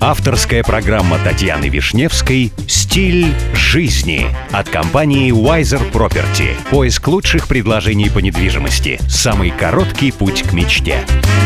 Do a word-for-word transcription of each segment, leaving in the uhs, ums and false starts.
Авторская программа Татьяны Вишневской «Стиль жизни» от компании Wiser Property. Поиск лучших предложений по недвижимости. Самый короткий путь к мечте.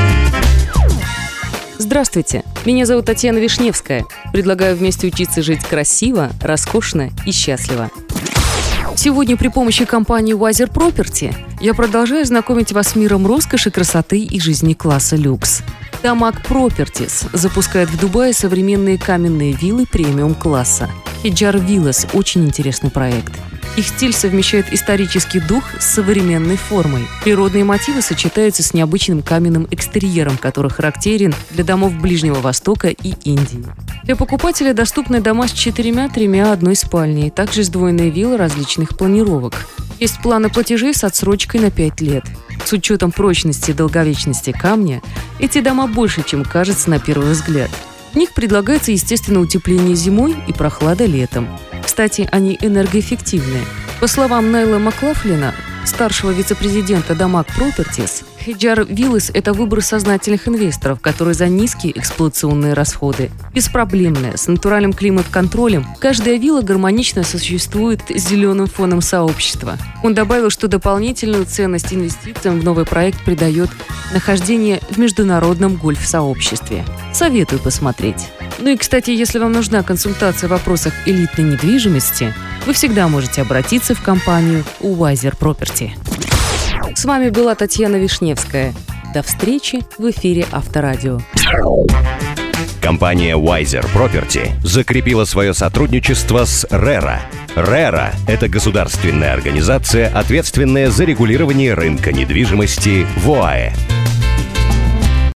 Здравствуйте, меня зовут Татьяна Вишневская. Предлагаю вместе учиться жить красиво, роскошно и счастливо. Сегодня при помощи компании Wiser Property я продолжаю знакомить вас с миром роскоши, красоты и жизни класса люкс. Дамаг Properties запускает в Дубае современные каменные виллы премиум-класса. Хеджар Villas – очень интересный проект. Их стиль совмещает исторический дух с современной формой. Природные мотивы сочетаются с необычным каменным экстерьером, который характерен для домов Ближнего Востока и Индии. Для покупателя доступны дома с четырьмя, тремя, одной спальней, также сдвоенные виллы различных планировок. Есть планы платежей с отсрочкой на пять лет. С учетом прочности и долговечности камня, эти дома больше, чем кажется на первый взгляд. В них предлагается, естественно, утепление зимой и прохлада летом. Кстати, они энергоэффективные. По словам Найла Маклафлина, старшего вице-президента Дамаг Properties, Хеджар Villas – это выбор сознательных инвесторов, которые за низкие эксплуатационные расходы. Беспроблемная, с натуральным климат-контролем, каждая вилла гармонично сосуществует с зеленым фоном сообщества. Он добавил, что дополнительную ценность инвестициям в новый проект придает нахождение в международном гольф-сообществе. Советую посмотреть. Ну и, кстати, если вам нужна консультация в вопросах элитной недвижимости, вы всегда можете обратиться в компанию Wiser Property. С вами была Татьяна Вишневская. До встречи в эфире Авторадио. Компания Wiser Property закрепила свое сотрудничество с рера. рера – это государственная организация, ответственная за регулирование рынка недвижимости в ОАЭ.